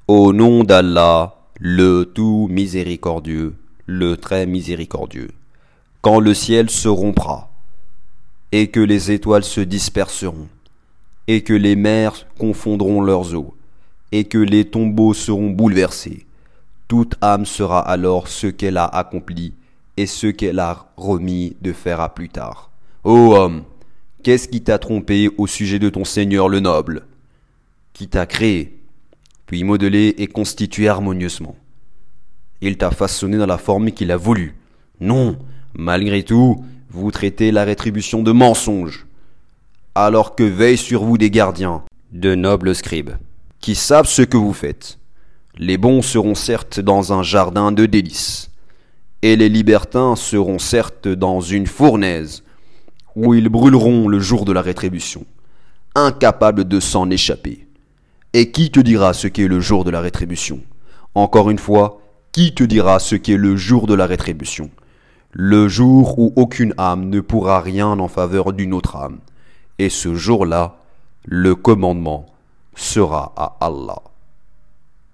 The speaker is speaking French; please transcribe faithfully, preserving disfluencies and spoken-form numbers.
Au nom d'Allah, le tout miséricordieux, le très miséricordieux. Quand le ciel se rompra, et que les étoiles se disperseront, et que les mers confondront leurs eaux, et que les tombeaux seront bouleversés, toute âme sera alors ce qu'elle a accompli et ce qu'elle a remis de faire à plus tard. Ô homme, qu'est-ce qui t'a trompé au sujet de ton Seigneur le noble, qui t'a créé, puis modelé et constitué harmonieusement? Il t'a façonné dans la forme qu'il a voulu. Non, malgré tout, vous traitez la rétribution de mensonge, alors que veillent sur vous des gardiens, de nobles scribes, qui savent ce que vous faites. Les bons seront certes dans un jardin de délices, et les libertins seront certes dans une fournaise, où ils brûleront le jour de la rétribution, incapables de s'en échapper. Et qui te dira ce qu'est le jour de la rétribution? Encore une fois, qui te dira ce qu'est le jour de la rétribution? Le jour où aucune âme ne pourra rien en faveur d'une autre âme. Et ce jour-là, le commandement sera à Allah.